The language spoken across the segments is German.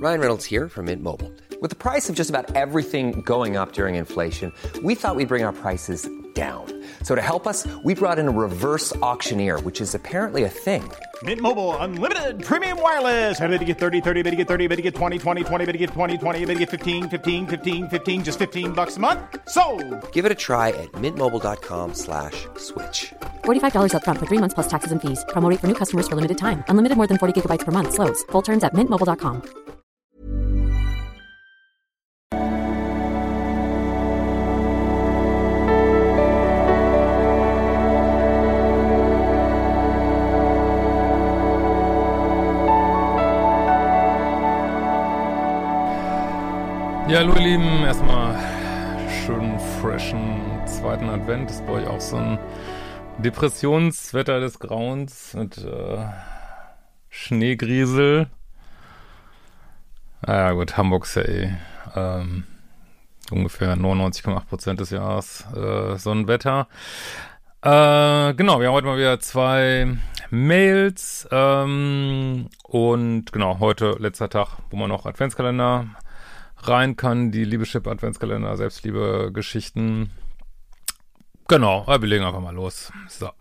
Ryan Reynolds here from Mint Mobile. With the price of just about everything going up during inflation, we thought we'd bring our prices down. So to help us, we brought in a reverse auctioneer, which is apparently a thing. Mint Mobile Unlimited Premium Wireless. How to get 30, 30, bit to get 30, bit to get 20, 20, 20, bit to get 20, 20, bit to get 15, 15, 15, 15, just $15 a month? Sold! Give it a try at mintmobile.com/switch. $45 up front for 3 months plus taxes and fees. Promo rate for new customers for limited time. Unlimited more than 40 gigabytes per month. Slows full terms at mintmobile.com. Ja, hallo ihr Lieben, erstmal schönen freshen zweiten Advent. Ist bei euch auch so ein Depressionswetter des Grauens mit Schneegriesel. Ja gut, Hamburg ist ja ungefähr 99,8% des Jahres Sonnenwetter. Genau, wir haben heute mal wieder 2 Mails und genau, heute letzter Tag, wo man noch Adventskalender rein kann, die Liebeschip-Adventskalender, Selbstliebe-Geschichten. Genau, wir legen einfach mal los. So.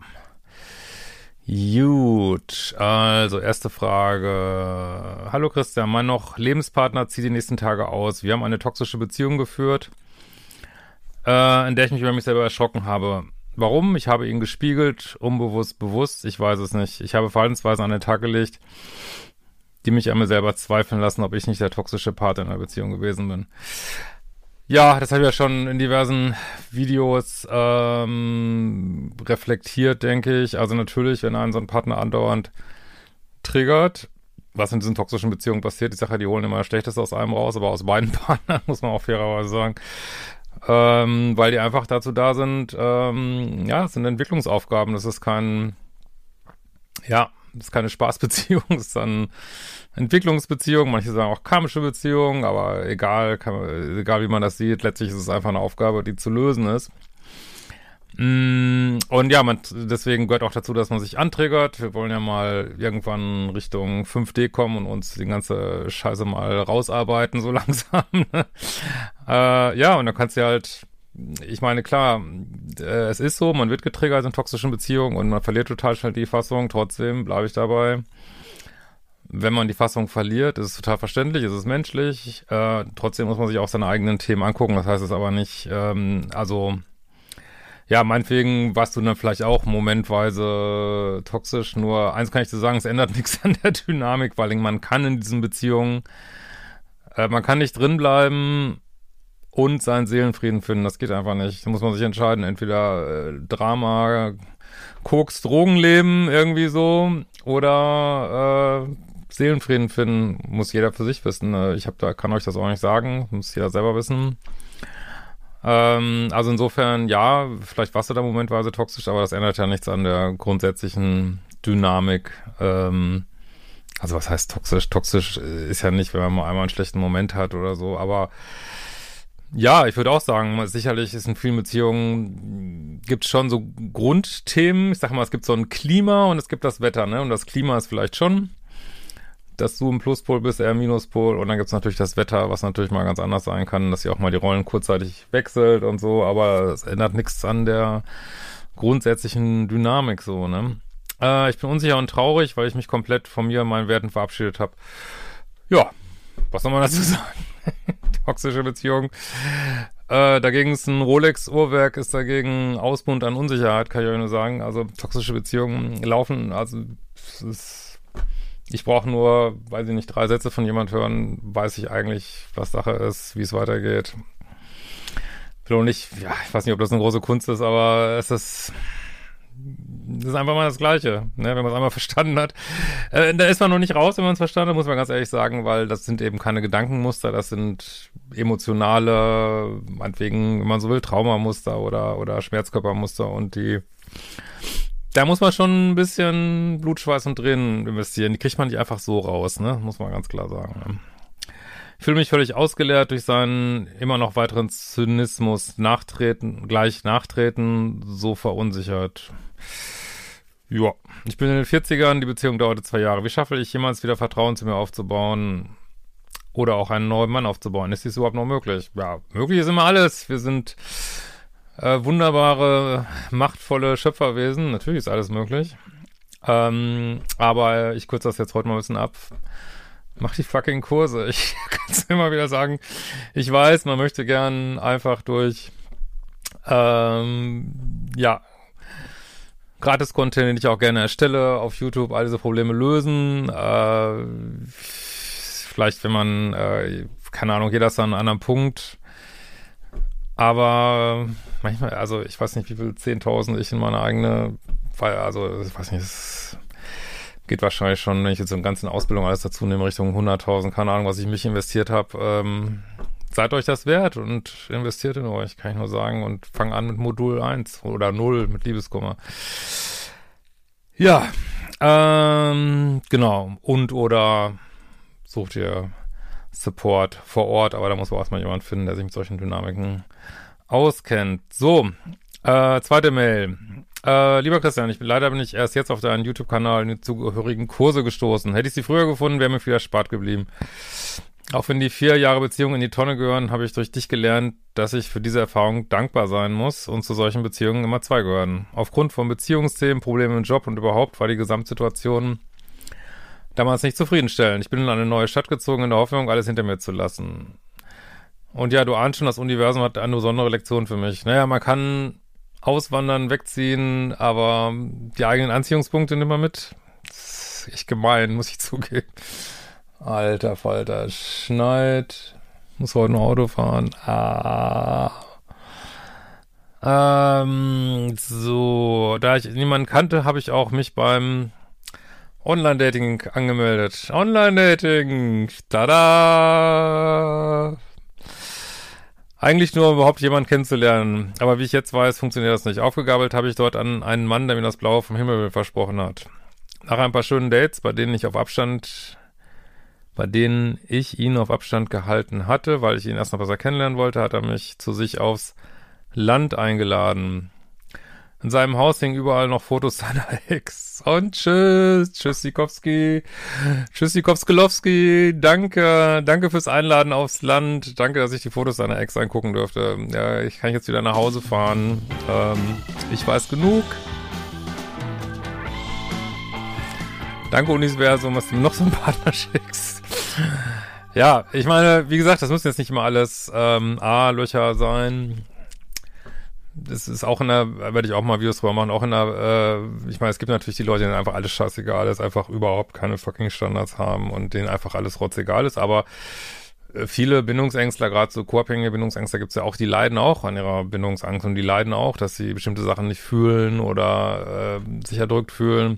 Gut, also erste Frage. Hallo Christian, mein noch Lebenspartner zieht die nächsten Tage aus. Wir haben eine toxische Beziehung geführt, in der ich mich über mich selber erschrocken habe. Warum? Ich habe ihn gespiegelt, unbewusst, bewusst, ich weiß es nicht. Ich habe Verhaltensweisen an den Tag gelegt, die mich an mir selber zweifeln lassen, ob ich nicht der toxische Part in einer Beziehung gewesen bin. Ja, das habe ich ja schon in diversen Videos reflektiert, denke ich. Also natürlich, wenn einen so ein Partner andauernd triggert, was in diesen toxischen Beziehungen passiert, ich sage ja, die holen immer das Schlechteste aus einem raus, aber aus beiden Partnern, muss man auch fairerweise sagen. Weil die einfach dazu da sind, ja, es sind Entwicklungsaufgaben, das ist keine Spaßbeziehung, es ist eine Entwicklungsbeziehung, manche sagen auch karmische Beziehung, aber egal wie man das sieht, letztlich ist es einfach eine Aufgabe, die zu lösen ist. Und ja, deswegen gehört auch dazu, dass man sich antriggert. Wir wollen ja mal irgendwann Richtung 5D kommen und uns die ganze Scheiße mal rausarbeiten, so langsam. Ja, und dann kannst du halt, ich meine, klar, es ist so, man wird getriggert in toxischen Beziehungen und man verliert total schnell die Fassung. Trotzdem bleibe ich dabei. Wenn man die Fassung verliert, ist es total verständlich, ist es menschlich. Trotzdem muss man sich auch seine eigenen Themen angucken. Das heißt es aber nicht, ja, meinetwegen warst du dann vielleicht auch momentweise toxisch. Nur eins kann ich dir sagen, es ändert nichts an der Dynamik, weil man kann in diesen Beziehungen, man kann nicht drinbleiben und seinen Seelenfrieden finden. Das geht einfach nicht. Da muss man sich entscheiden. Entweder Drama, Koks, Drogenleben irgendwie so oder Seelenfrieden finden. Muss jeder für sich wissen. Kann euch das auch nicht sagen. Muss jeder selber wissen. Also insofern, ja, vielleicht warst du da momentweise toxisch, aber das ändert ja nichts an der grundsätzlichen Dynamik. Also was heißt toxisch? Toxisch ist ja nicht, wenn man mal einmal einen schlechten Moment hat oder so, aber ja, ich würde auch sagen, sicherlich ist in vielen Beziehungen, gibt es schon so Grundthemen. Ich sag mal, es gibt so ein Klima und es gibt das Wetter, ne? Und das Klima ist vielleicht schon, dass du im Pluspol bist, eher im Minuspol. Und dann gibt es natürlich das Wetter, was natürlich mal ganz anders sein kann, dass ihr auch mal die Rollen kurzzeitig wechselt und so. Aber es ändert nichts an der grundsätzlichen Dynamik so, ne? Ich bin unsicher und traurig, weil ich mich komplett von mir und meinen Werten verabschiedet habe. Ja, was soll man dazu sagen? Toxische Beziehung. Dagegen ist ein Rolex-Uhrwerk, ist dagegen Ausbund an Unsicherheit, kann ich euch nur sagen. Also toxische Beziehungen laufen, also ich brauche nur, weiß ich nicht, 3 Sätze von jemand hören, weiß ich eigentlich, was Sache ist, wie es weitergeht. Ich will auch nicht, ja, ich weiß nicht, ob das eine große Kunst ist, aber es ist einfach mal das Gleiche, ne, wenn man es einmal verstanden hat. Da ist man noch nicht raus, wenn man es verstanden hat, muss man ganz ehrlich sagen, weil das sind eben keine Gedankenmuster, das sind emotionale, meinetwegen, wenn man so will, Traumamuster oder Schmerzkörpermuster und da muss man schon ein bisschen Blut, Schweiß und Tränen investieren. Die kriegt man nicht einfach so raus, ne, muss man ganz klar sagen, ne? Ich fühle mich völlig ausgeleert durch seinen immer noch weiteren Zynismus, nachtreten, so verunsichert. Ja, ich bin in den 40ern, die Beziehung dauerte 2 Jahre. Wie schaffe ich jemals wieder Vertrauen zu mir aufzubauen? oder auch einen neuen Mann aufzubauen. Ist dies überhaupt noch möglich? Ja, möglich ist immer alles. Wir sind wunderbare, machtvolle Schöpferwesen. Natürlich ist alles möglich. Aber ich kürze das jetzt heute mal ein bisschen ab. Mach die fucking Kurse. Ich kann es immer wieder sagen. Ich weiß, man möchte gern einfach durch Gratis-Content, den ich auch gerne erstelle, auf YouTube all diese Probleme lösen. Vielleicht, wenn man, keine Ahnung, jeder ist an einem anderen Punkt. Aber manchmal, also ich weiß nicht, wie viel 10.000 ich in meine eigene, also ich weiß nicht, es geht wahrscheinlich schon, wenn ich jetzt so eine ganze Ausbildung alles dazu nehme, Richtung 100.000, keine Ahnung, was ich mich investiert habe. Seid euch das wert und investiert in euch, kann ich nur sagen. Und fangt an mit Modul 1 oder 0 mit Liebeskummer. Ja, genau. Und oder sucht ihr Support vor Ort, aber da muss man erstmal jemand finden, der sich mit solchen Dynamiken auskennt. So, zweite Mail. Lieber Christian, leider bin ich erst jetzt auf deinen YouTube-Kanal in die zugehörigen Kurse gestoßen. Hätte ich sie früher gefunden, wäre mir viel erspart geblieben. Auch wenn die 4 Jahre Beziehung in die Tonne gehören, habe ich durch dich gelernt, dass ich für diese Erfahrung dankbar sein muss und zu solchen Beziehungen immer 2 gehören. Aufgrund von Beziehungsthemen, Problemen im Job und überhaupt war die Gesamtsituation damals nicht zufriedenstellend. Ich bin in eine neue Stadt gezogen in der Hoffnung, alles hinter mir zu lassen. Und ja, du ahnst schon, das Universum hat eine besondere Lektion für mich. Naja, man kann auswandern, wegziehen, aber die eigenen Anziehungspunkte nimmt man mit. Das ist echt gemein, muss ich zugeben. Alter Falter, schneit. Muss heute noch Auto fahren. So, da ich niemanden kannte, habe ich auch mich beim Online-Dating angemeldet. Online-Dating. Tada! Eigentlich nur, um überhaupt jemanden kennenzulernen. Aber wie ich jetzt weiß, funktioniert das nicht. Aufgegabelt habe ich dort an einen Mann, der mir das Blaue vom Himmel versprochen hat. Nach ein paar schönen Dates, bei denen ich ihn auf Abstand gehalten hatte, weil ich ihn erst noch besser kennenlernen wollte, hat er mich zu sich aufs Land eingeladen. In seinem Haus hingen überall noch Fotos seiner Ex. Und tschüss, Tschüssikowski, Tschüssikowskelowski, danke fürs Einladen aufs Land, danke, dass ich die Fotos seiner Ex angucken durfte. Ja, ich kann jetzt wieder nach Hause fahren. Ich weiß genug. Danke, Universum, was du mir noch so einen Partner schickst. Ja, ich meine, wie gesagt, das müssen jetzt nicht immer alles A-Löcher sein. Das ist auch werde ich auch mal Videos drüber machen, auch ich meine, es gibt natürlich die Leute, denen einfach alles scheißegal ist, einfach überhaupt keine fucking Standards haben und denen einfach alles rotzegal ist, aber viele Bindungsängstler, gerade so co-abhängige Bindungsängstler gibt's ja auch, die leiden auch an ihrer Bindungsangst und die leiden auch, dass sie bestimmte Sachen nicht fühlen oder sich erdrückt fühlen.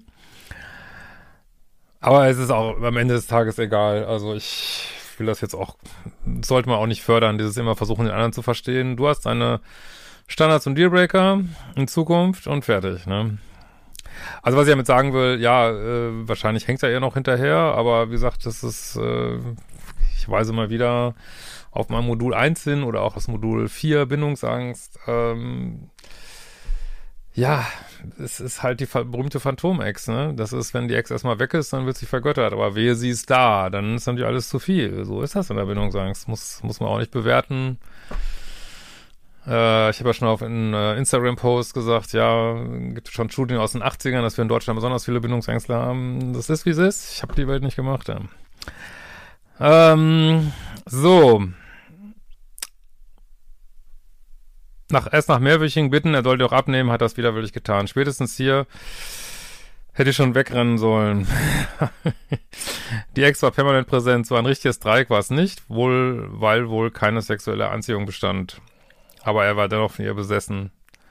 Aber es ist auch am Ende des Tages egal. Also ich will das jetzt auch, sollte man auch nicht fördern, dieses immer versuchen, den anderen zu verstehen. Du hast deine Standards und Dealbreaker in Zukunft und fertig, ne? Also was ich damit sagen will, ja, wahrscheinlich hängt er eher noch hinterher, aber wie gesagt, das ist, ich weise mal wieder auf mein Modul 1 hin oder auch das Modul 4 Bindungsangst. Ja, es ist halt die berühmte Phantom-Ex, ne? Das ist, wenn die Ex erstmal weg ist, dann wird sie vergöttert. Aber wehe, sie ist da, dann ist natürlich alles zu viel. So ist das in der Bindungsangst. Muss man auch nicht bewerten. Ich habe ja schon auf einen Instagram-Post gesagt, ja, gibt schon Studien aus den 80ern, dass wir in Deutschland besonders viele Bindungsängstler haben. Das ist, wie es ist. Ich habe die Welt nicht gemacht, ja. So. Erst nach mehrwöchigen Bitten, er sollte auch abnehmen, hat das widerwillig getan. Spätestens hier hätte ich schon wegrennen sollen. Die Ex war permanent präsent, so ein richtiges Dreieck war es nicht, weil wohl keine sexuelle Anziehung bestand. Aber er war dennoch von ihr besessen.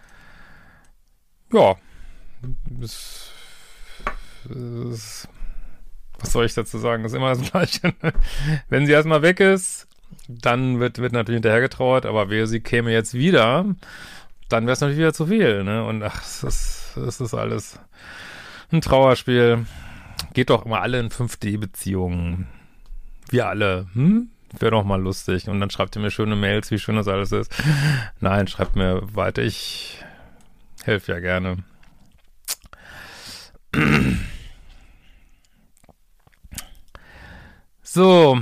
Ja. Was soll ich dazu sagen? Das ist immer das Gleiche. Wenn sie erstmal weg ist, dann wird natürlich hinterher getrauert, aber wehe, sie käme jetzt wieder, dann wäre es natürlich wieder zu viel, ne? Und ach, es ist alles ein Trauerspiel. Geht doch immer alle in 5D-Beziehungen. Wir alle, Wäre doch mal lustig. Und dann schreibt ihr mir schöne Mails, wie schön das alles ist. Nein, schreibt mir weiter, ich helfe ja gerne. So,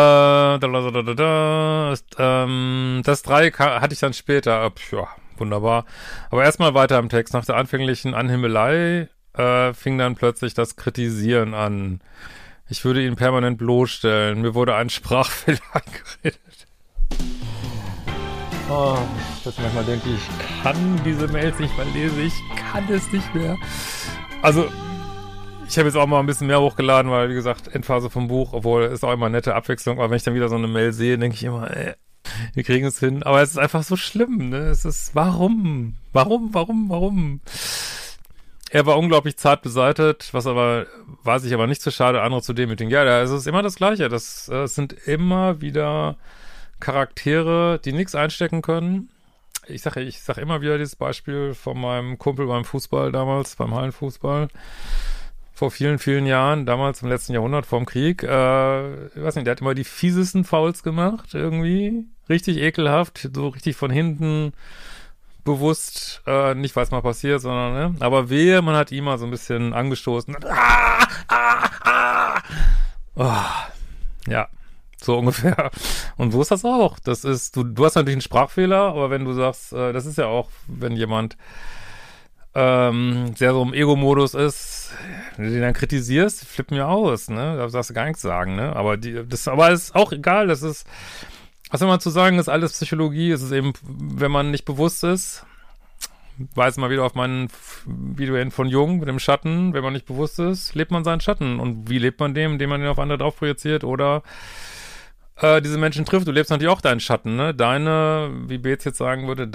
das 3 hatte ich dann später. Ja, wunderbar. Aber erstmal weiter im Text. Nach der anfänglichen Anhimmelei fing dann plötzlich das Kritisieren an. Ich würde ihn permanent bloßstellen. Mir wurde ein Sprachfehler eingeredet. Oh, dass manchmal denke ich, kann diese Mails nicht mehr lesen. Ich kann es nicht mehr. Also, ich habe jetzt auch mal ein bisschen mehr hochgeladen, weil, wie gesagt, Endphase vom Buch, obwohl es auch immer eine nette Abwechslung, aber wenn ich dann wieder so eine Mail sehe, denke ich immer, wir kriegen es hin. Aber es ist einfach so schlimm, ne? Es ist, warum? Er war unglaublich zart beseitet, was ich aber nicht so schade, andere zu demütigen. Ja, es ist immer das Gleiche. Das sind immer wieder Charaktere, die nichts einstecken können. Ich sag immer wieder dieses Beispiel von meinem Kumpel beim Fußball damals, beim Hallenfußball. Vor vielen, vielen Jahren, damals im letzten Jahrhundert, vorm Krieg, ich weiß nicht, der hat immer die fiesesten Fouls gemacht, irgendwie. Richtig ekelhaft, so richtig von hinten bewusst, nicht weil es mal passiert, sondern, ne? Aber wehe, man hat ihn mal so ein bisschen angestoßen. Oh, ja, so ungefähr. Und so ist das auch. Das ist, du hast natürlich einen Sprachfehler, aber wenn du sagst, das ist ja auch, wenn jemand sehr so im Ego-Modus ist, wenn du den dann kritisierst, flippen ja aus, ne? Da darfst du gar nichts sagen, ne? Aber ist auch egal, das ist, was soll man zu sagen, ist alles Psychologie, es ist eben, wenn man nicht bewusst ist, weise mal wieder auf meinen Video hin von Jung mit dem Schatten, wenn man nicht bewusst ist, lebt man seinen Schatten. Und wie lebt man dem? Indem man den auf andere drauf projiziert oder diese Menschen trifft. Du lebst natürlich auch deinen Schatten, ne? Wie Beetz jetzt sagen würde,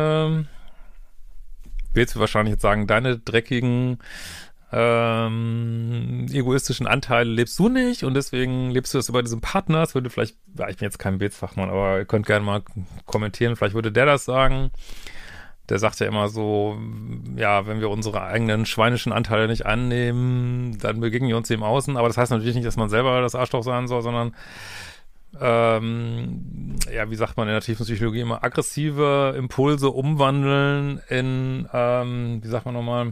Beetz würde wahrscheinlich jetzt sagen, deine dreckigen egoistischen Anteile lebst du nicht und deswegen lebst du das über diesen Partner. Das würde vielleicht, ja, ich bin jetzt kein Beetz-Fachmann, aber ihr könnt gerne mal kommentieren, vielleicht würde der das sagen. Der sagt ja immer so, ja, wenn wir unsere eigenen schweinischen Anteile nicht annehmen, dann begegnen wir uns dem Außen, aber das heißt natürlich nicht, dass man selber das Arschloch sein soll, sondern ja, wie sagt man in der tiefen Psychologie immer, aggressive Impulse umwandeln in, wie sagt man nochmal,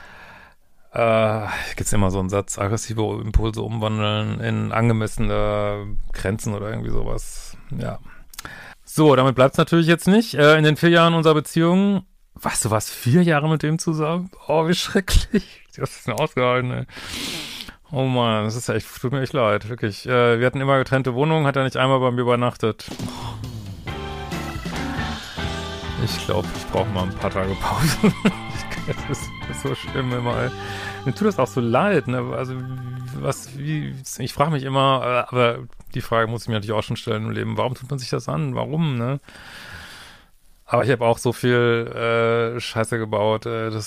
gibt's immer so einen Satz, aggressive Impulse umwandeln in angemessene Grenzen oder irgendwie sowas, ja. So, damit bleibt's natürlich jetzt nicht. In den 4 Jahren unserer Beziehung, was, du warst 4 Jahre mit dem zusammen? Oh, wie schrecklich. Das ist eine ausgehalten, ey. Oh Mann, das ist echt, tut mir echt leid, wirklich. Wir hatten immer getrennte Wohnungen, hat er nicht einmal bei mir übernachtet. Ich glaube, ich brauche mal ein paar Tage Pause. Das ist so schlimm immer, ey. Mir tut das auch so leid, ne? Also, ich frage mich immer, aber die Frage muss ich mir natürlich auch schon stellen im Leben, warum tut man sich das an? Warum, ne? Aber ich habe auch so viel Scheiße gebaut,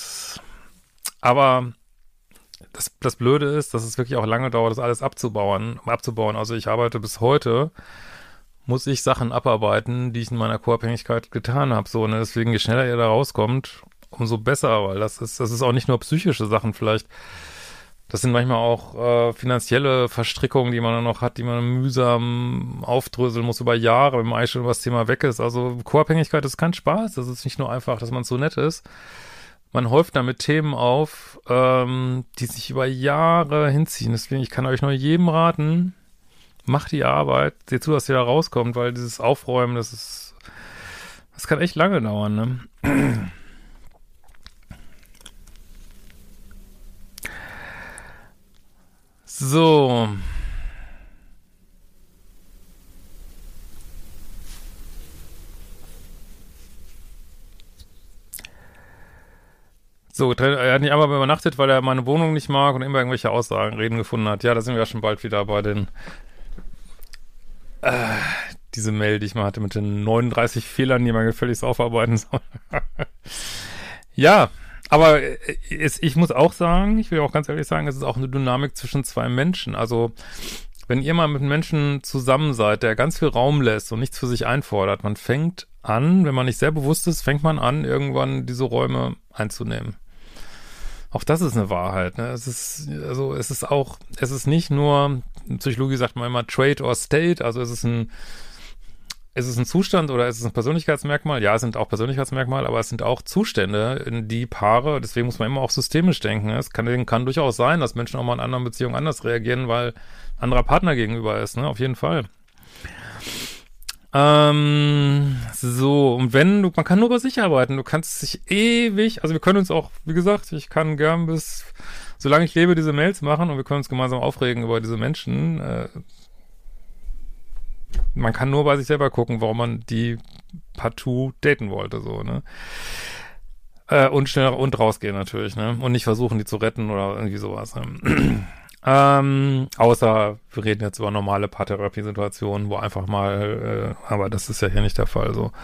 aber das Blöde ist, dass es wirklich auch lange dauert, das alles abzubauen. Also ich arbeite bis heute, muss ich Sachen abarbeiten, die ich in meiner Co-Abhängigkeit getan habe. So, ne? Deswegen, je schneller ihr da rauskommt, umso besser, weil das ist auch nicht nur psychische Sachen vielleicht. Das sind manchmal auch finanzielle Verstrickungen, die man dann noch hat, die man mühsam aufdröseln muss über Jahre, wenn man eigentlich schon über das Thema weg ist. Also Co-Abhängigkeit ist kein Spaß. Das ist nicht nur einfach, dass man so nett ist. Man häuft damit Themen auf, die sich über Jahre hinziehen. Deswegen, ich kann euch nur jedem raten, macht die Arbeit, seht zu, dass ihr da rauskommt, weil dieses Aufräumen, das kann echt lange dauern, ne? So. So, er hat nicht einmal übernachtet, weil er meine Wohnung nicht mag und immer irgendwelche Aussagen, gefunden hat. Ja, da sind wir ja schon bald wieder bei den diese Mail, die ich mal hatte mit den 39 Fehlern, die man gefälligst aufarbeiten soll. Ja, aber ich muss auch sagen, ich will auch ganz ehrlich sagen, es ist auch eine Dynamik zwischen zwei Menschen. Also, wenn ihr mal mit einem Menschen zusammen seid, der ganz viel Raum lässt und nichts für sich einfordert, man fängt an, wenn man nicht sehr bewusst ist, fängt man an, irgendwann diese Räume einzunehmen. Auch das ist eine Wahrheit, ne? Es ist nicht nur, in Psychologie sagt man immer Trait or State, also es ist ein Zustand oder es ist ein Persönlichkeitsmerkmal? Ja, es sind auch Persönlichkeitsmerkmale, aber es sind auch Zustände, in die Paare, deswegen muss man immer auch systemisch denken. Es kann durchaus sein, dass Menschen auch mal in anderen Beziehungen anders reagieren, weil anderer Partner gegenüber ist, ne? Auf jeden Fall. So, und man kann nur über sich arbeiten. Du kannst dich ewig, also wir können uns auch, wie gesagt, ich kann gern solange ich lebe, diese Mails machen und wir können uns gemeinsam aufregen über diese Menschen. Man kann nur bei sich selber gucken, warum man die partout daten wollte, so, ne? Und schnell und rausgehen natürlich, ne? Und nicht versuchen, die zu retten oder irgendwie sowas, ne? Außer wir reden jetzt über normale Paartherapiesituationen, wo einfach mal, aber das ist ja hier nicht der Fall, so.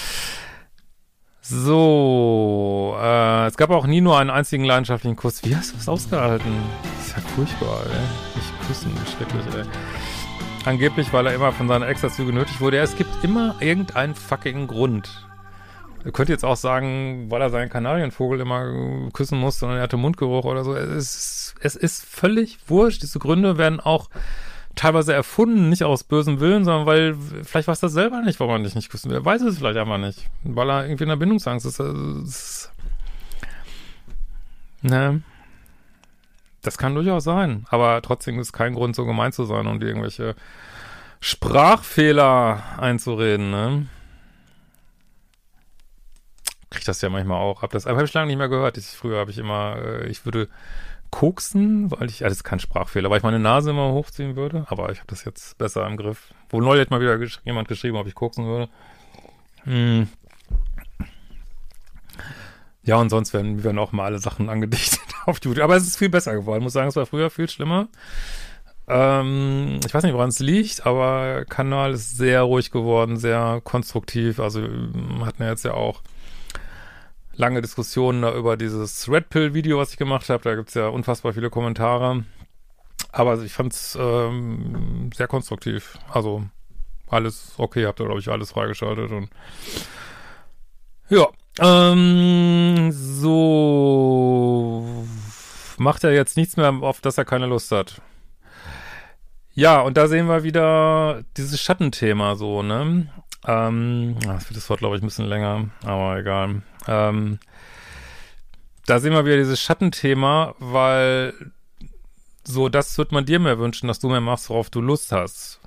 So, es gab auch nie nur einen einzigen leidenschaftlichen Kuss. Wie hast du das ausgehalten? Das ist ja furchtbar, ey. Nicht küssen, schrecklich, ey. Angeblich, weil er immer von seiner Ex dazu genötigt wurde. Ja, es gibt immer irgendeinen fucking Grund. Ihr könnt jetzt auch sagen, weil er seinen Kanarienvogel immer küssen musste und er hatte Mundgeruch oder so. Es ist völlig wurscht. Diese Gründe werden auch teilweise erfunden, nicht aus bösem Willen, sondern weil, vielleicht weiß er selber nicht, warum er dich nicht küssen will. Er weiß es vielleicht einfach nicht. Weil er irgendwie in der Bindungsangst ist. Ne? Das kann durchaus sein. Aber trotzdem ist kein Grund, so gemein zu sein und irgendwelche Sprachfehler einzureden, ne? Krieg das ja manchmal auch. Aber habe ich lange nicht mehr gehört. Früher habe ich immer, ich würde koksen, weil das ist kein Sprachfehler, weil ich meine Nase immer hochziehen würde. Aber ich habe das jetzt besser im Griff. Wo neulich hat mal wieder jemand geschrieben, ob ich koksen würde. Ja, und sonst werden auch mal alle Sachen angedichtet auf YouTube. Aber es ist viel besser geworden. Ich muss sagen, es war früher viel schlimmer. Ich weiß nicht, woran es liegt, aber der Kanal ist sehr ruhig geworden, sehr konstruktiv. Also hatten wir jetzt ja auch lange Diskussionen da über dieses Red Pill-Video, was ich gemacht habe. Da gibt's ja unfassbar viele Kommentare. Aber ich fand's sehr konstruktiv. Also alles okay, habt ihr, glaube ich, alles freigeschaltet. Und ja, so macht er jetzt nichts mehr, auf das er keine Lust hat. Ja, und da sehen wir wieder dieses Schattenthema so, ne? Das wird das Wort, glaube ich, ein bisschen länger, aber egal. Da sehen wir wieder dieses Schattenthema, weil so, das wird man dir mehr wünschen, dass du mehr machst, worauf du Lust hast.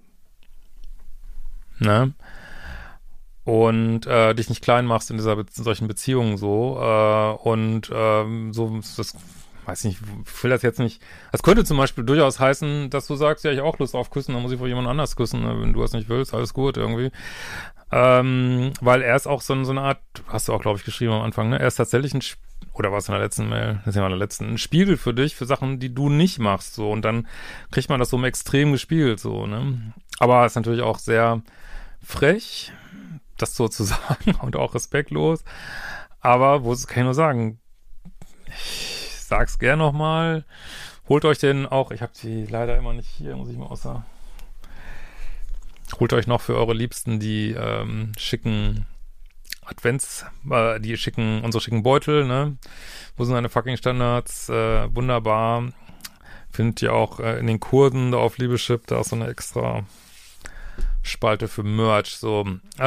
Ne? Und dich nicht klein machst in solchen Beziehungen so. So, das weiß nicht, ich will das jetzt nicht. Das könnte zum Beispiel durchaus heißen, dass du sagst, ja, ich auch Lust auf Küssen, dann muss ich wohl jemand anders küssen, ne? Wenn du das nicht willst, alles gut irgendwie. Weil er ist auch so eine Art, hast du auch, glaube ich, geschrieben am Anfang, ne? Er ist tatsächlich oder war es in der letzten Mail? Das ist ja mal in der letzten, ein Spiegel für dich, für Sachen, die du nicht machst, so. Und dann kriegt man das so im Extrem gespiegelt, so, ne? Aber es ist natürlich auch sehr frech, das so zu sagen und auch respektlos. Aber kann ich nur sagen, ich sag's gern nochmal, holt euch den auch, ich habe die leider immer nicht hier, muss ich mal holt euch noch für eure Liebsten die schicken unsere schicken Beutel, ne? Wo sind deine fucking Standards? Wunderbar. Findet ihr auch in den Kursen da auf Liebeschip, da ist so eine extra Spalte für Merch, so.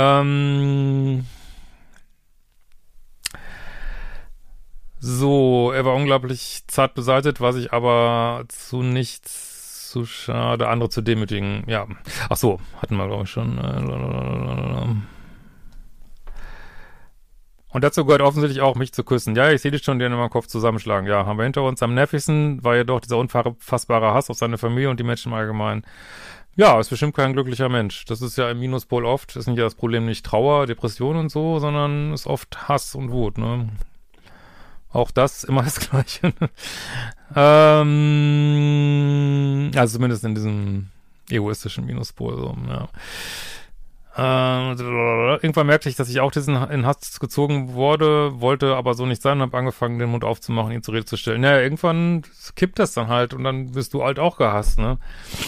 So, er war unglaublich zart beseitigt, was ich aber zu nichts zu schade, andere zu demütigen. Ja, ach so, hatten wir, glaube ich, schon. Und dazu gehört offensichtlich auch, mich zu küssen. Ja, ich sehe dich schon, dir in meinem Kopf zusammenschlagen. Ja, haben wir hinter uns. Am nervigsten war jedoch dieser unfassbare Hass auf seine Familie und die Menschen im Allgemeinen. Ja, ist bestimmt kein glücklicher Mensch. Das ist ja im Minuspol oft. Ist nicht das Problem nicht Trauer, Depression und so, sondern ist oft Hass und Wut, ne? Auch das immer das Gleiche. Also zumindest in diesem egoistischen Minuspol, so, ja. Irgendwann merkte ich, dass ich auch in Hass gezogen wollte aber so nicht sein und habe angefangen, den Mund aufzumachen, ihn zur Rede zu stellen. Naja, irgendwann kippt das dann halt und dann bist du halt auch gehasst, ne?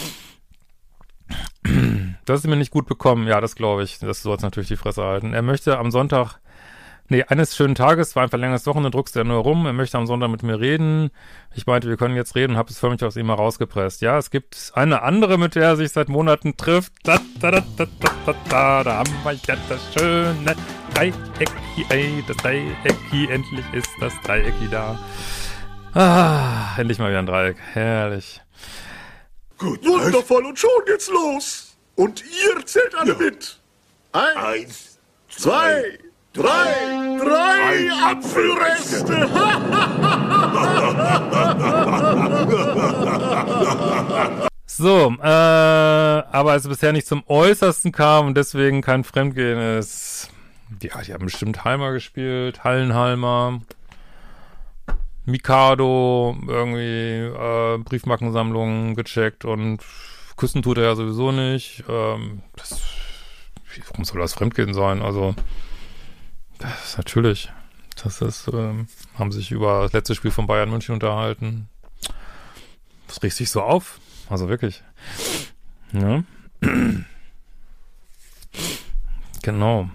Das ist mir nicht gut bekommen. Ja, das glaube ich. Das soll jetzt natürlich die Fresse halten. Er möchte am Sonntag, eines schönen Tages, war ein verlängertes Wochenende, druckst er nur rum. Er möchte am Sonntag mit mir reden. Ich meinte, wir können jetzt reden und habe es förmlich aus ihm herausgepresst. Ja, es gibt eine andere, mit der er sich seit Monaten trifft. Da haben wir ja das schöne Dreiecki, das Dreiecki, endlich ist das Dreiecki da. Endlich mal wieder ein Dreieck. Herrlich. Gut. Wundervoll, und schon geht's los. Und ihr zählt alle mit. 1, 2, 3 Apfelreste. So, aber es bisher nicht zum Äußersten kam und deswegen kein Fremdgehen ist. Ja, die haben bestimmt Halmer gespielt, Hallenhalmer, Mikado, irgendwie Briefmarkensammlungen gecheckt und küssen tut er ja sowieso nicht. Warum soll das Fremdgehen sein? Also, das ist natürlich. Haben sich über das letzte Spiel von Bayern München unterhalten. Das riecht sich so auf. Also wirklich. Ja. Genau.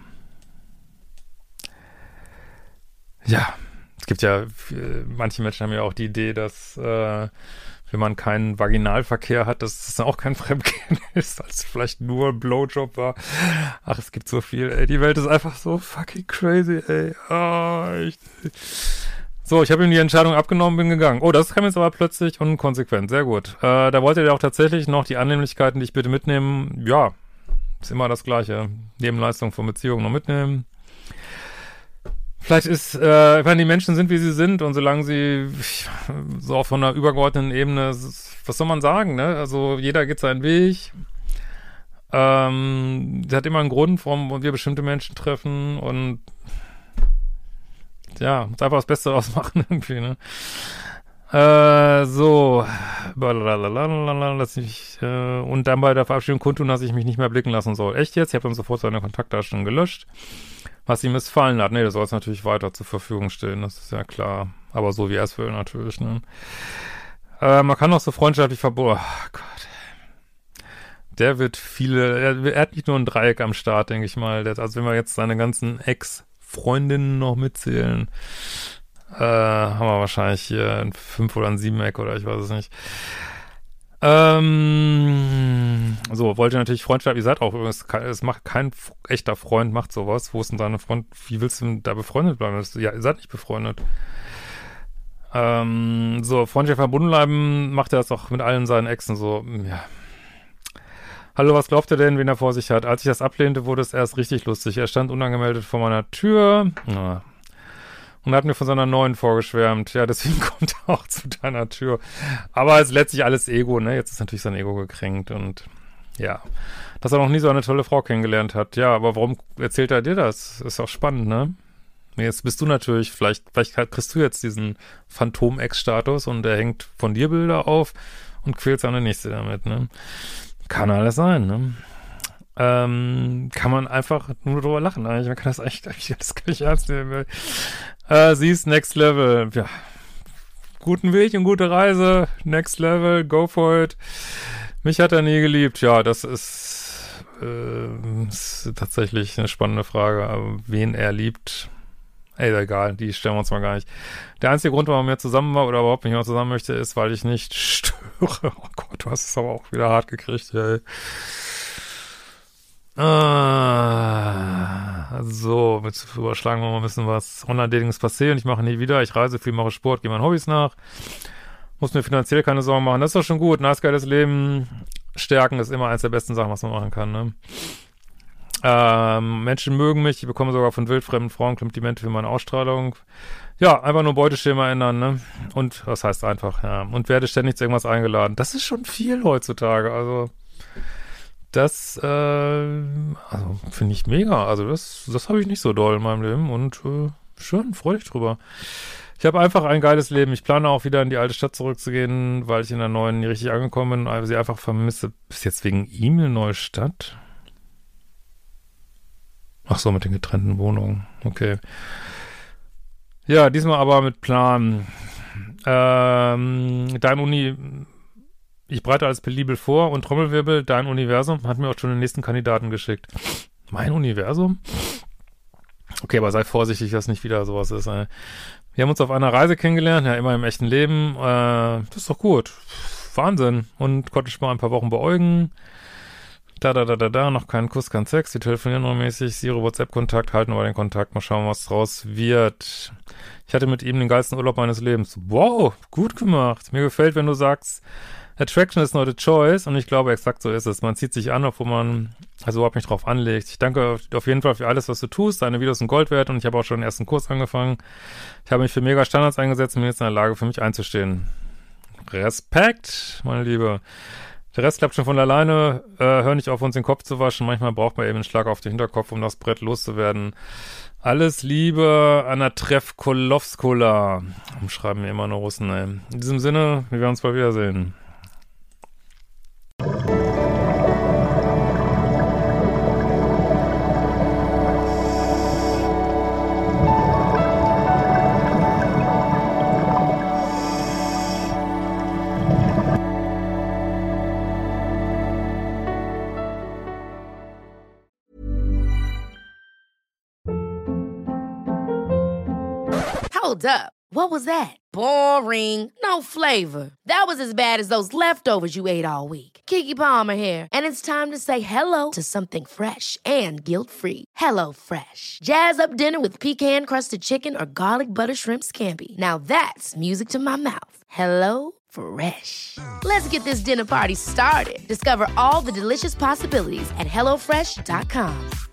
Ja, es gibt ja, manche Menschen haben ja auch die Idee, dass wenn man keinen Vaginalverkehr hat, dass es auch kein Fremdgehen ist, als vielleicht nur ein Blowjob war. Ach, es gibt so viel, ey. Die Welt ist einfach so fucking crazy, ey. Echt. So, ich habe ihm die Entscheidung abgenommen, bin gegangen. Oh, das kam jetzt aber plötzlich und konsequent. Sehr gut. Da wollte er auch tatsächlich noch die Annehmlichkeiten, die ich bitte mitnehmen. Ja, ist immer das Gleiche. Nebenleistung von Beziehungen noch mitnehmen. Vielleicht ist, ich meine, die Menschen sind, wie sie sind, und solange sie so auf einer übergeordneten Ebene, was soll man sagen, ne? Also jeder geht seinen Weg. Der hat immer einen Grund, warum wir bestimmte Menschen treffen, und ja, muss einfach das Beste daraus machen irgendwie, ne? So, lass mich, und dann bei der Verabschiedung kundtun, dass ich mich nicht mehr blicken lassen soll. Echt jetzt? Ich habe dann sofort seine Kontaktdaten gelöscht, was ihm missfallen hat. Nee, der soll es natürlich weiter zur Verfügung stehen, das ist ja klar. Aber so wie er es will natürlich, ne? Man kann auch so freundschaftlich verboten. Oh Gott. Der wird er hat nicht nur ein Dreieck am Start, denke ich mal. Also wenn wir jetzt seine ganzen Ex-Freundinnen noch mitzählen, haben wir wahrscheinlich hier ein 5 oder ein 7-Eck oder ich weiß es nicht. So, wollte natürlich Freundschaft, ihr seid auch übrigens, es macht kein echter Freund, macht sowas. Wo ist denn deine Freund, wie willst du denn da befreundet bleiben? Ja, ihr seid nicht befreundet. So, Freundschaft verbunden bleiben, macht er das auch mit allen seinen Exen so, ja. Hallo, was glaubt ihr denn, wen er vor sich hat? Als ich das ablehnte, wurde es erst richtig lustig. Er stand unangemeldet vor meiner Tür. Ja. Und hat mir von seiner neuen vorgeschwärmt. Ja, deswegen kommt er auch zu deiner Tür. Aber es ist letztlich alles Ego, ne? Jetzt ist natürlich sein Ego gekränkt und ja. Dass er noch nie so eine tolle Frau kennengelernt hat. Ja, aber warum erzählt er dir das? Ist auch spannend, ne? Jetzt bist du natürlich, vielleicht kriegst du jetzt diesen Phantom-Ex-Status und er hängt von dir Bilder auf und quält seine Nächste damit, ne? Kann alles sein, ne? Kann man einfach nur drüber lachen eigentlich. Man kann das eigentlich, das kann ich ernst nehmen. Sie ist Next Level. Ja. Guten Weg und gute Reise. Next Level. Go for it. Mich hat er nie geliebt. Ja, das ist tatsächlich eine spannende Frage. Aber wen er liebt, egal, die stellen wir uns mal gar nicht. Der einzige Grund, warum er zusammen war oder überhaupt nicht mehr zusammen möchte, ist, weil ich nicht störe. Oh Gott, du hast es aber auch wieder hart gekriegt, ey. So, mit überschlagen wir mal ein bisschen was. Online-Dating ist passiert, ich mache nie wieder. Ich reise viel, mache Sport, gehe meinen Hobbys nach. Muss mir finanziell keine Sorgen machen. Das ist doch schon gut. Nice, geiles Leben. Stärken ist immer eins der besten Sachen, was man machen kann, ne? Menschen mögen mich. Ich bekomme sogar von wildfremden Frauen Komplimente für meine Ausstrahlung. Ja, einfach nur Beuteschema ändern, ne? Und, was heißt einfach, ja. Und werde ständig zu irgendwas eingeladen. Das ist schon viel heutzutage, also. Das, also finde ich mega. Also das habe ich nicht so doll in meinem Leben und schön, freue dich drüber. Ich habe einfach ein geiles Leben. Ich plane auch wieder in die alte Stadt zurückzugehen, weil ich in der neuen nie richtig angekommen bin und sie einfach vermisse. Bis jetzt wegen ihm eine neue Stadt? Ach so, mit den getrennten Wohnungen. Okay. Ja, diesmal aber mit Plan. Ich breite alles penibel vor und Trommelwirbel, dein Universum hat mir auch schon den nächsten Kandidaten geschickt. Mein Universum? Okay, aber sei vorsichtig, dass nicht wieder sowas ist. Wir haben uns auf einer Reise kennengelernt, ja, immer im echten Leben. Das ist doch gut. Wahnsinn. Und konnte ich mal ein paar Wochen beäugen. Noch keinen Kuss, kein Sex. Wir telefonieren regelmäßig, Zero WhatsApp-Kontakt, halten aber den Kontakt. Mal schauen, was draus wird. Ich hatte mit ihm den geilsten Urlaub meines Lebens. Wow, gut gemacht. Mir gefällt, wenn du sagst, Attraction is not a choice und ich glaube, exakt so ist es. Man zieht sich an, obwohl man also überhaupt nicht drauf anlegt. Ich danke auf jeden Fall für alles, was du tust. Deine Videos sind Gold wert und ich habe auch schon den ersten Kurs angefangen. Ich habe mich für mega Standards eingesetzt und bin jetzt in der Lage, für mich einzustehen. Respekt, meine Liebe. Der Rest klappt schon von alleine. Hör nicht auf, uns den Kopf zu waschen. Manchmal braucht man eben einen Schlag auf den Hinterkopf, um das Brett loszuwerden. Alles Liebe, Anna Trefkolovskola. Schreiben mir immer nur Russen, ey. In diesem Sinne, wir werden uns bald wiedersehen. Hold up. What was that? Boring. No flavor. That was as bad as those leftovers you ate all week. Keke Palmer here, and it's time to say hello to something fresh and guilt-free. Hello Fresh. Jazz up dinner with pecan-crusted chicken or garlic butter shrimp scampi. Now that's music to my mouth. Hello Fresh. Let's get this dinner party started. Discover all the delicious possibilities at HelloFresh.com.